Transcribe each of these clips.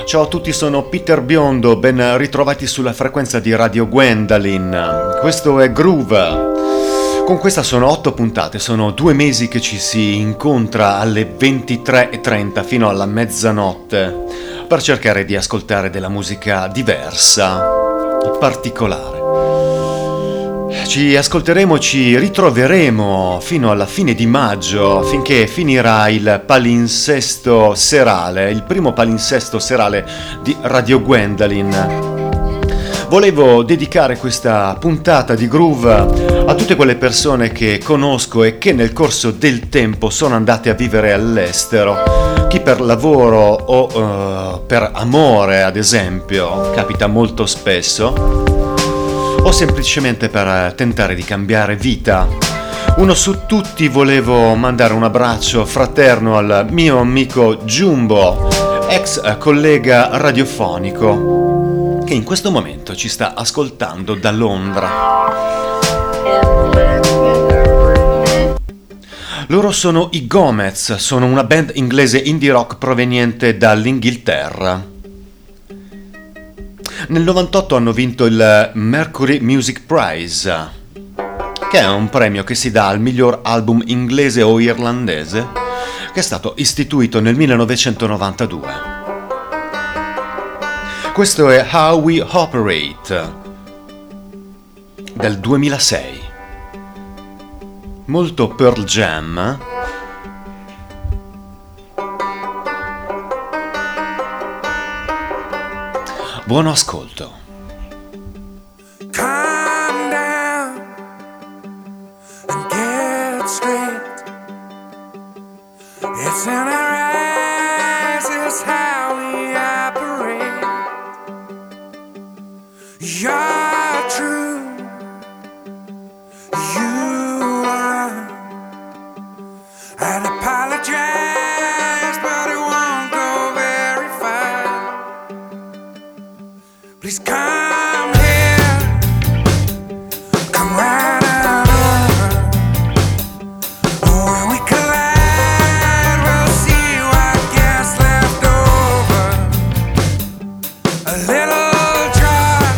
Ciao a tutti, sono Peter Biondo, ben ritrovati sulla frequenza di Radio Gwendolyn. Questo è Groove. Con questa sono 8 puntate, sono 2 mesi che ci si incontra alle 23:30 fino alla mezzanotte per cercare di ascoltare della musica diversa, particolare. Ci ascolteremo, ci ritroveremo fino alla fine di maggio, finché finirà il palinsesto serale, il primo palinsesto serale di Radio Gwendolyn. Volevo dedicare questa puntata di Groove a tutte quelle persone che conosco e che nel corso del tempo sono andate a vivere all'estero, chi per lavoro o per amore, ad esempio, capita molto spesso, o semplicemente per tentare di cambiare vita. Uno su tutti volevo mandare un abbraccio fraterno al mio amico Jumbo, ex collega radiofonico, che in questo momento ci sta ascoltando da Londra. Loro sono i Gomez, sono una band inglese indie rock proveniente dall'Inghilterra. Nel 98 hanno vinto il Mercury Music Prize, che è un premio che si dà al miglior album inglese o irlandese, che è stato istituito nel 1992. Questo è How We Operate del 2006. Molto Pearl Jam. Buon ascolto. Calm down and get it straight. It's in our eyes, it's how we operate. You're true, you are. I'd apologize, but it won't go very far. Please come here, come right on over. When we collide, we'll see what gets left over. A little joy,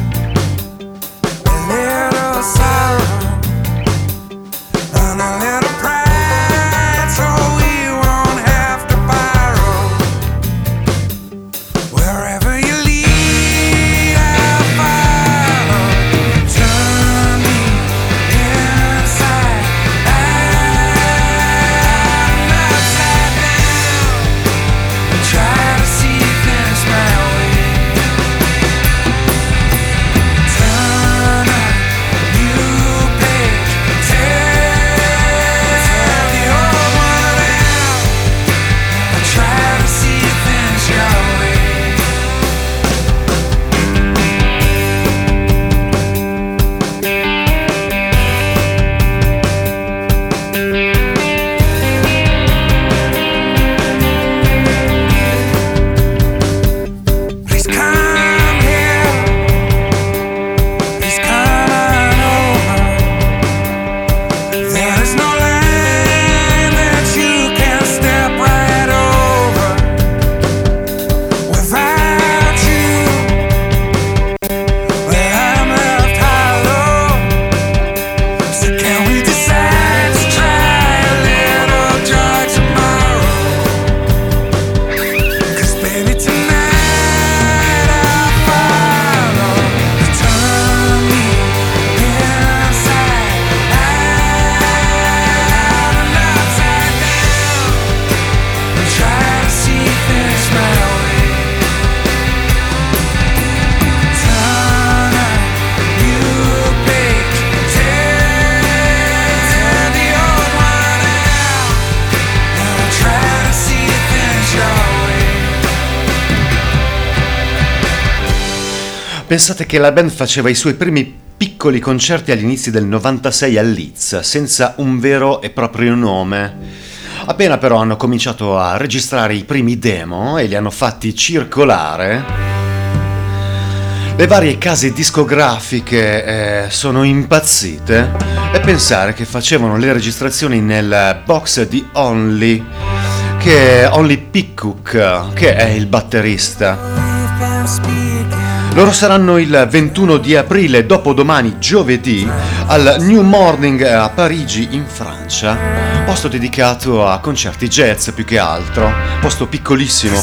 a little sorrow, and a little pride, so we won't have to borrow. Wherever you lead, Pensate che la band faceva i suoi primi piccoli concerti agli inizi del 96 a Leeds, senza un vero e proprio nome. Appena però hanno cominciato a registrare i primi demo e li hanno fatti circolare, le varie case discografiche sono impazzite e pensare che facevano le registrazioni nel box di Only, anche Only Pickhook, che è il batterista. Loro saranno il 21 di aprile, dopodomani, giovedì, al New Morning a Parigi, in Francia. Posto dedicato a concerti jazz più che altro. Posto piccolissimo.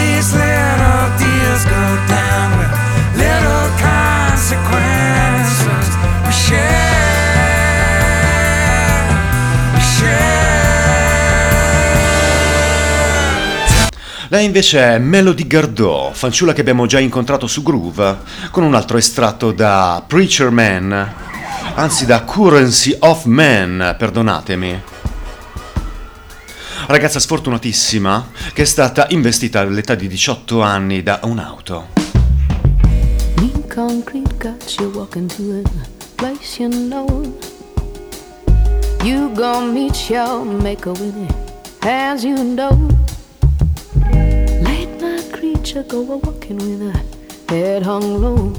Lei invece è Melody Gardot, fanciulla che abbiamo già incontrato su Groove, con un altro estratto da Preacher Man, anzi da Currency of Man, perdonatemi. Ragazza sfortunatissima che è stata investita all'età di 18 anni da un'auto. Mean concrete got you walking to a place you know. You gon' meet your maker with it, as you know. Late night creature go a walking with her head hung low.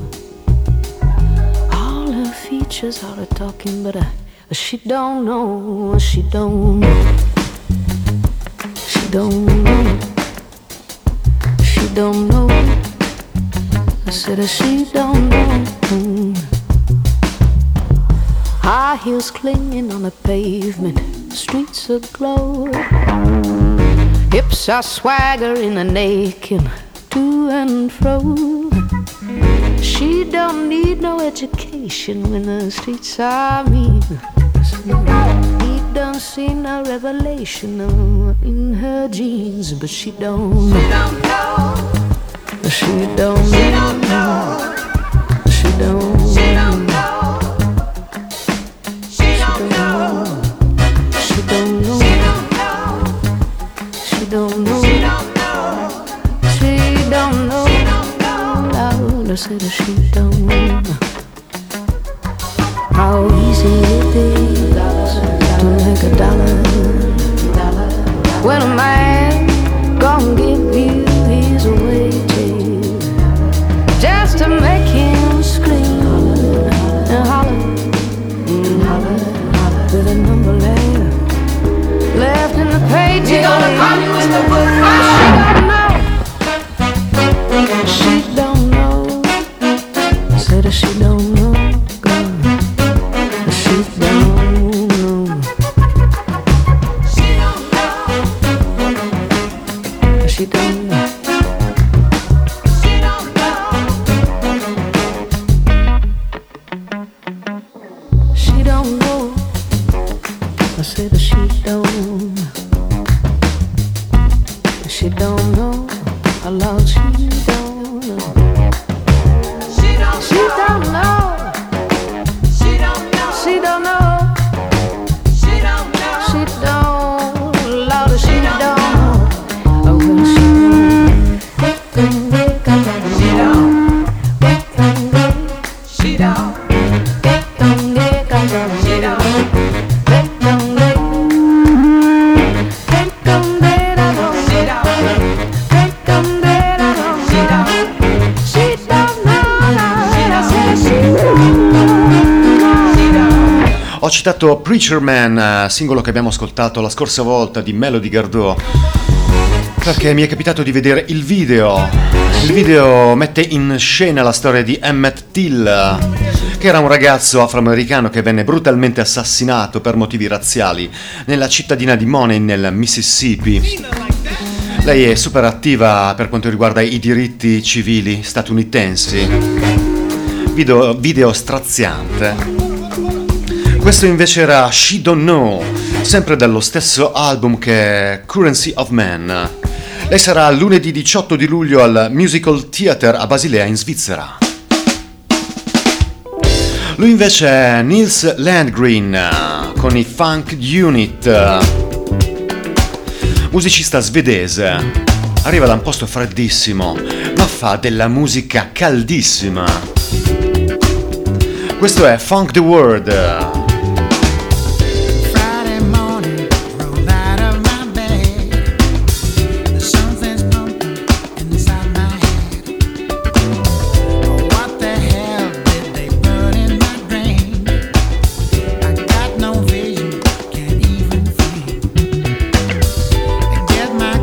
All her features are a talking, but she don't know, she don't know. She don't know, she don't know. I said she don't know. High heels clinging on the pavement, streets aglow. Hips are swaggering and naked to and fro. She don't need no education when the streets are mean. He don't see no revelation in her jeans, but she don't know. She don't know. She don't know. She don't know. She don't know. She don't know. She don't know. She don't know. I said she don't know how easy it is to make a dollar when a man gon' give you his wages just to make him scream and holler with a number left in the pages. He gonna call you in the book. She don't know. Said she don't know, girl. She don't know. She don't know. She don't know. She don't know. She don't know. I said she don't. She don't know. I love she don't know. She don't know. She don't know. She don't know. She don't know. She don't. Lord, she don't. Oh, well, she don't. She don't. She don't. She don't. Ho citato Preacher Man, singolo che abbiamo ascoltato la scorsa volta di Melody Gardot, perché mi è capitato di vedere il video. Il video mette in scena la storia di Emmett Till, che era un ragazzo afroamericano che venne brutalmente assassinato per motivi razziali nella cittadina di Money nel Mississippi. Lei è super attiva per quanto riguarda i diritti civili statunitensi. Video straziante. Questo invece era She Don't Know, sempre dallo stesso album che è Currency of Man. Lei sarà lunedì 18 di luglio al Musical Theatre a Basilea in Svizzera. Lui invece è Nils Landgren con i Funk Unit, musicista svedese. Arriva da un posto freddissimo, ma fa della musica caldissima. Questo è Funk the World. My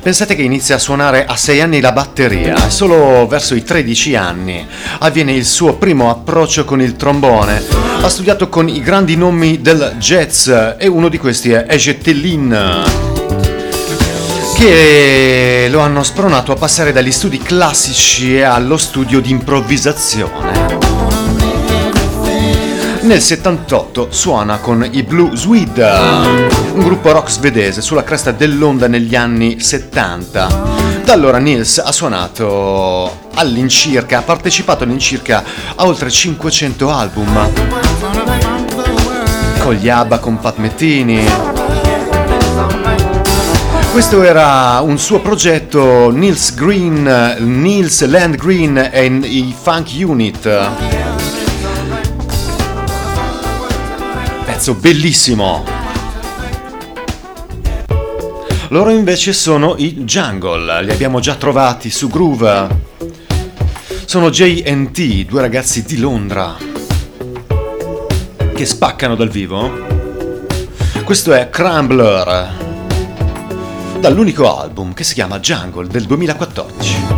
Pensate che inizia a suonare a 6 anni la batteria e solo verso i 13 anni avviene il suo primo approccio con il trombone. Ha studiato con i grandi nomi del jazz e uno di questi è Eje Tellin, che lo hanno spronato a passare dagli studi classici allo studio di improvvisazione. Nel 78 suona con i Blue Swede, un gruppo rock svedese sulla cresta dell'onda negli anni 70. Da allora Nils ha suonato all'incirca, ha partecipato all'incirca a oltre 500 album, con gli ABBA, con Pat Metheny. Questo era un suo progetto, Nils Landgren e i Funk Unit. Pezzo bellissimo. Loro invece sono i Jungle, li abbiamo già trovati su Groove. Sono J&T, due ragazzi di Londra che spaccano dal vivo. Questo è Crumbler, dall'unico album che si chiama Jungle del 2014.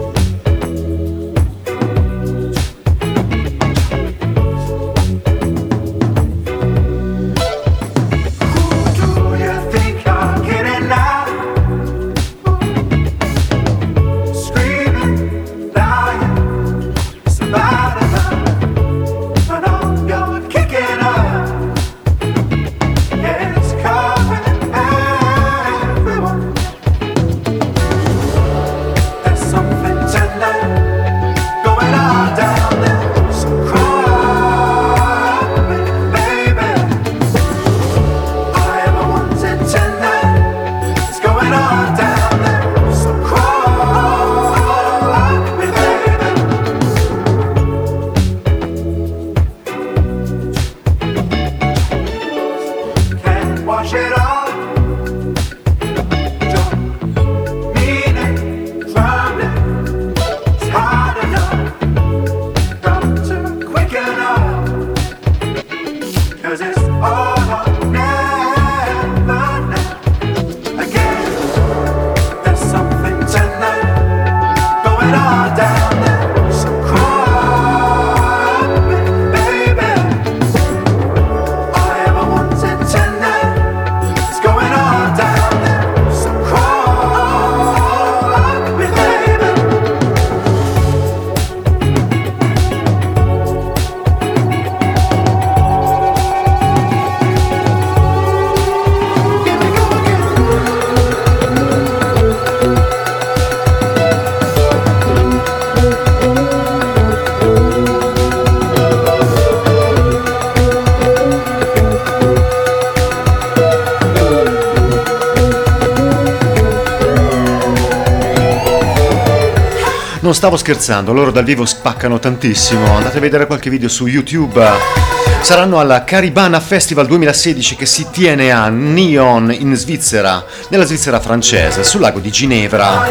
Non stavo scherzando, loro dal vivo spaccano tantissimo, andate a vedere qualche video su YouTube. Saranno alla Caribana Festival 2016 che si tiene a Nyon in Svizzera, nella Svizzera francese, sul lago di Ginevra.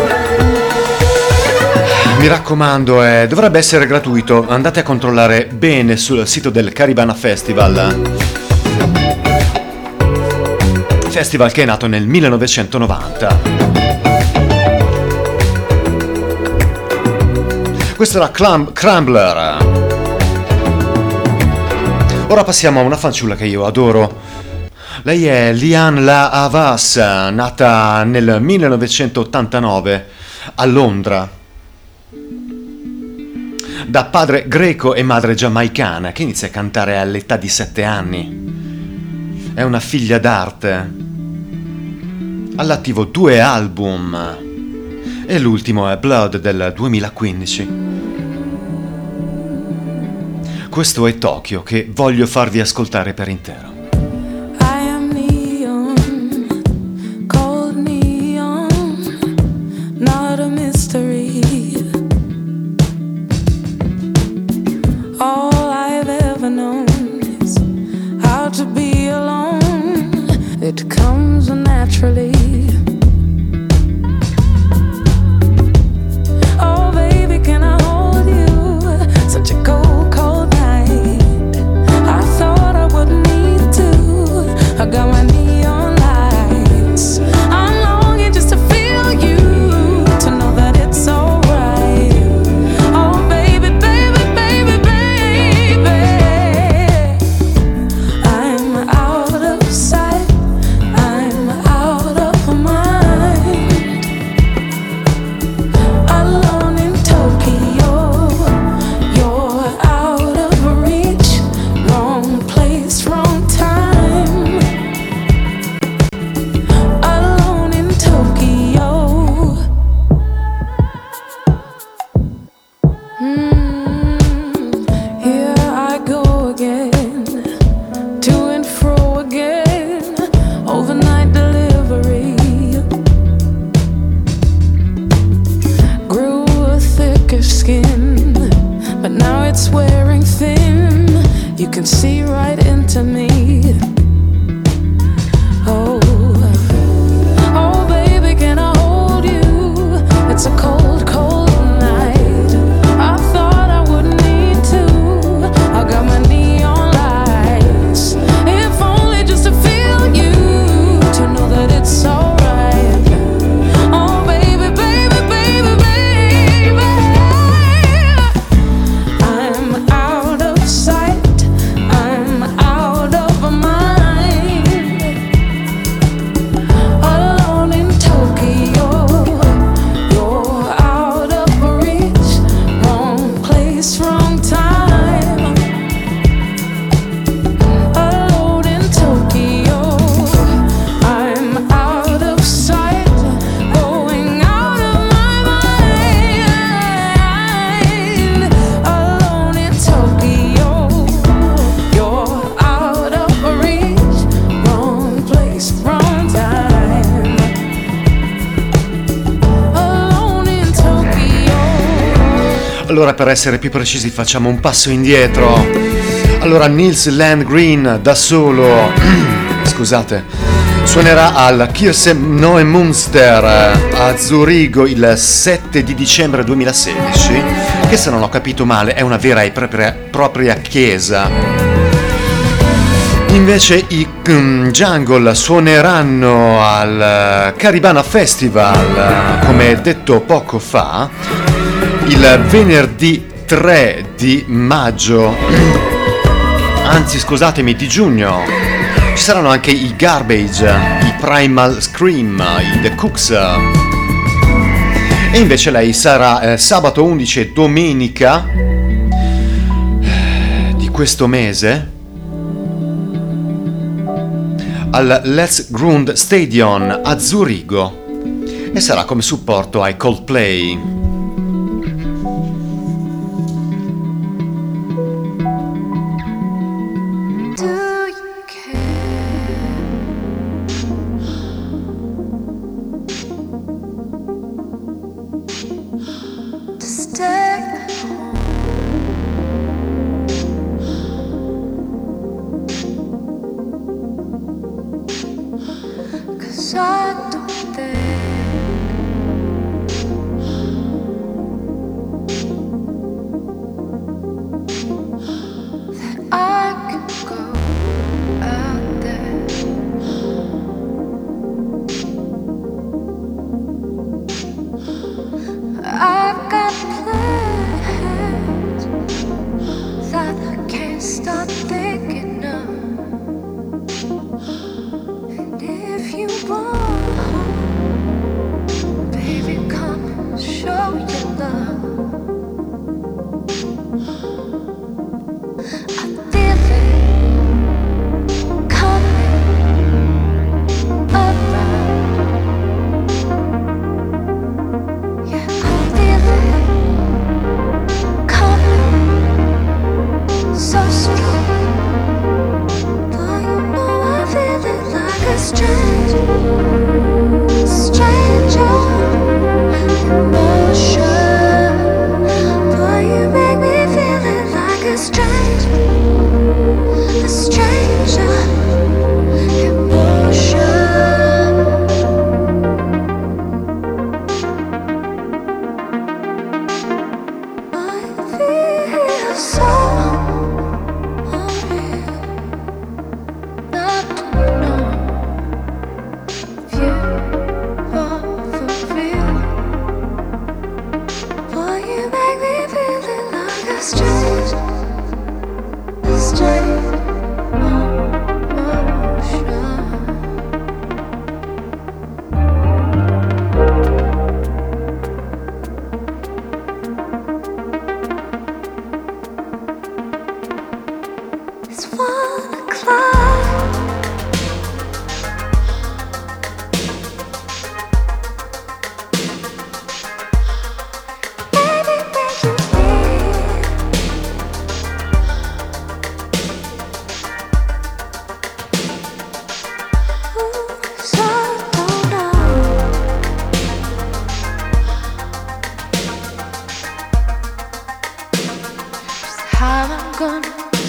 Mi raccomando, dovrebbe essere gratuito, andate a controllare bene sul sito del Caribana Festival. Festival che è nato nel 1990. Questo era Crumbler. Ora passiamo a una fanciulla che io adoro. Lei è Liane La Havas, nata nel 1989 a Londra, da padre greco e madre giamaicana, che inizia a cantare all'età di 7 anni. È una figlia d'arte. All'attivo 2 album e l'ultimo è Blood del 2015. Questo è Tokyo che voglio farvi ascoltare per intero. I am neon, cold neon, not a mystery. All I've ever known is how to be alone. It comes naturally. Oh baby, can I hold you? Such a cold, cold night. I thought I wouldn't need to. I got my neon lights. I'm longing just to feel You can see right into me. Oh, oh baby, can I hold you? It's a cold, cold night. I thought I wouldn't need to. I got my neon lights. If only just to feel you, to know that it's alright. Oh baby, baby, baby, baby, I'm out of sight, I'm out of mind, alone in Tokyo. You're out of reach, wrong place, wrong time. Alone in Tokyo, I'm out of sight, going out of my mind. Alone in Tokyo, you're out of reach, wrong place, wrong time. Alone in Tokyo. Allora, per essere più precisi, facciamo un passo indietro. Allora, Nils Landgren da solo, scusate, suonerà al Kirche Neue Münster a Zurigo il 7 di dicembre 2016, che se non ho capito male è una vera e propria chiesa. Invece i Jungle suoneranno al Caribana Festival, come detto poco fa, il venerdì 3 di maggio, anzi scusatemi, di giugno. Ci saranno anche i Garbage, i Primal Scream, i The Cooks. E invece lei sarà sabato 11 e domenica di questo mese al Let's Grund Stadion a Zurigo e sarà come supporto ai Coldplay.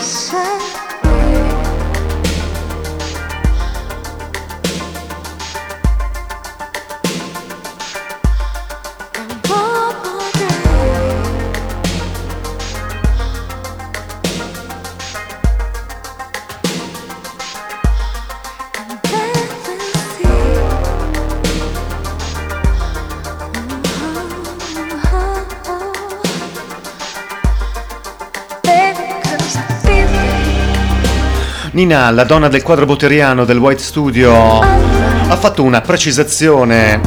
Nina, la donna del quadro botteriano del White Studio, ha fatto una precisazione.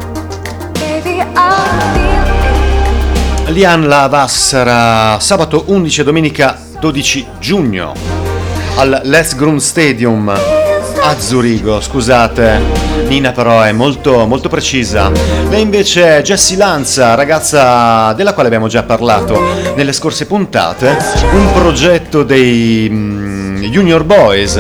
Lian Lavas sarà sabato 11 e domenica 12 giugno al Let's Stadium a Zurigo, scusate. Nina però è molto molto precisa. Lei invece è Jessie Lanza, ragazza della quale abbiamo già parlato nelle scorse puntate, un progetto dei Junior Boys,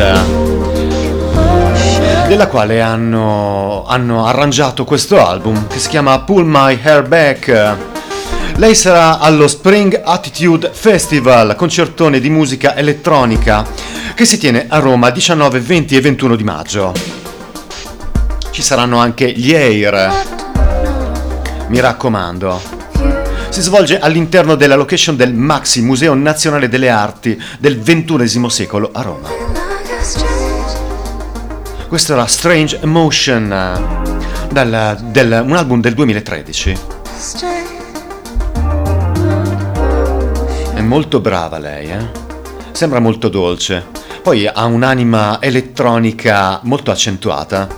della quale hanno arrangiato questo album che si chiama Pull My Hair Back. Lei sarà allo Spring Attitude Festival, concertone di musica elettronica che si tiene a Roma 19, 20 e 21 di maggio. Ci saranno anche gli Air, mi raccomando. Si svolge all'interno della location del Maxi Museo Nazionale delle Arti del XXI secolo a Roma. Questo era Strange Emotion, un album del 2013. È molto brava lei, Sembra molto dolce. Poi ha un'anima elettronica molto accentuata.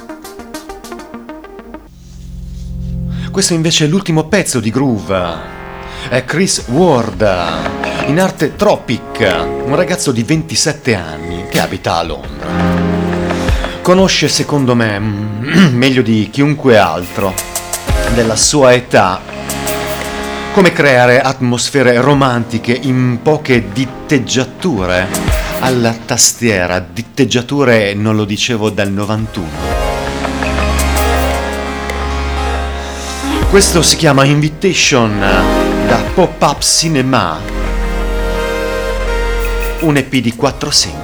Questo invece è l'ultimo pezzo di Groove. È Chris Ward, in arte Tropic, un ragazzo di 27 anni che abita a Londra. Conosce, secondo me, meglio di chiunque altro della sua età, come creare atmosfere romantiche in poche ditteggiature alla tastiera. Ditteggiature non lo dicevo dal 91. Questo si chiama Invitation da Pop-Up Cinema, un EP di 4 singoli.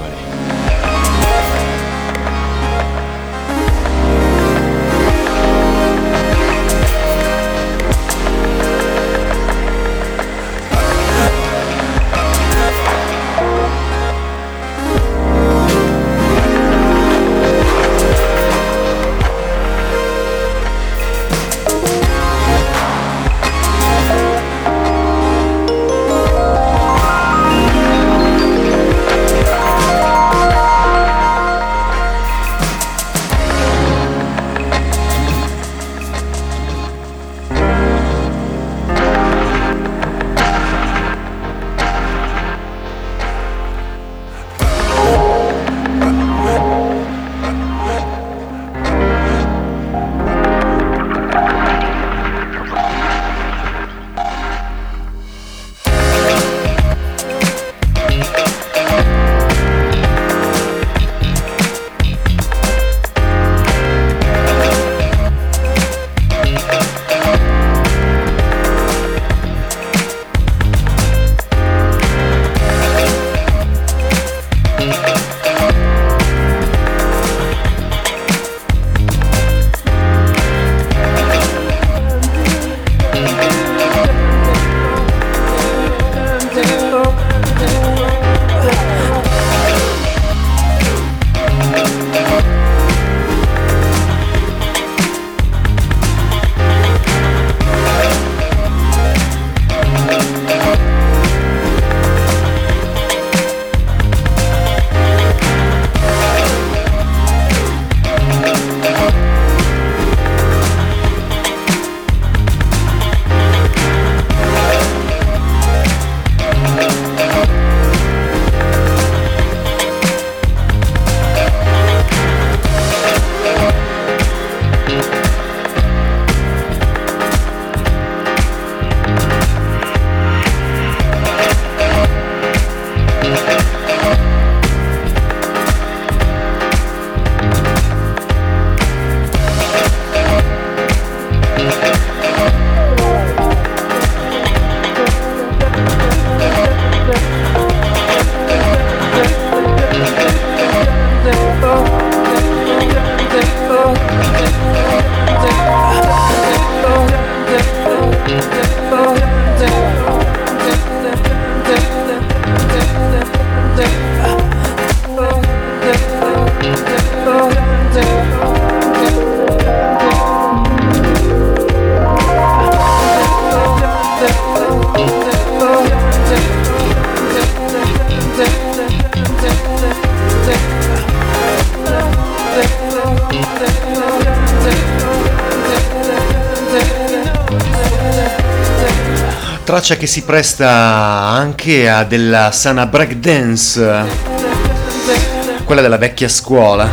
traccia che si presta anche a della sana breakdance, quella della vecchia scuola.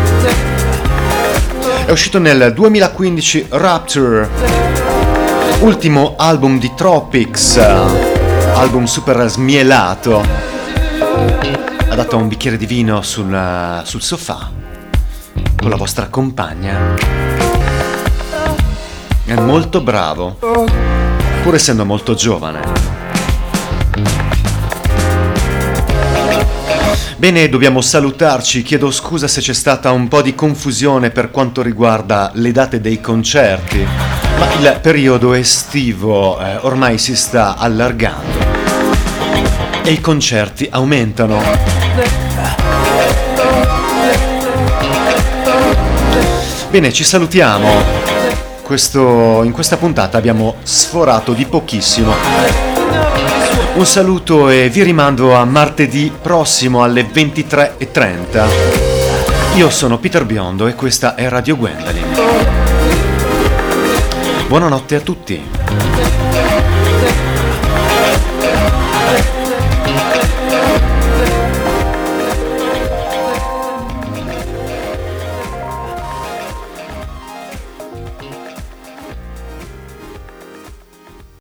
È uscito nel 2015 Rapture, ultimo album di Tropics, album super smielato, adatto a un bicchiere di vino sul sofà con la vostra compagna. È molto bravo, pur essendo molto giovane. Bene, dobbiamo salutarci, chiedo scusa se c'è stata un po' di confusione per quanto riguarda le date dei concerti, ma il periodo estivo ormai si sta allargando e i concerti aumentano. Bene, ci salutiamo. In questa puntata abbiamo sforato di pochissimo. Un saluto e vi rimando a martedì prossimo alle 23:30. Io sono Peter Biondo e questa è Radio Gwendolyn. Buonanotte a tutti.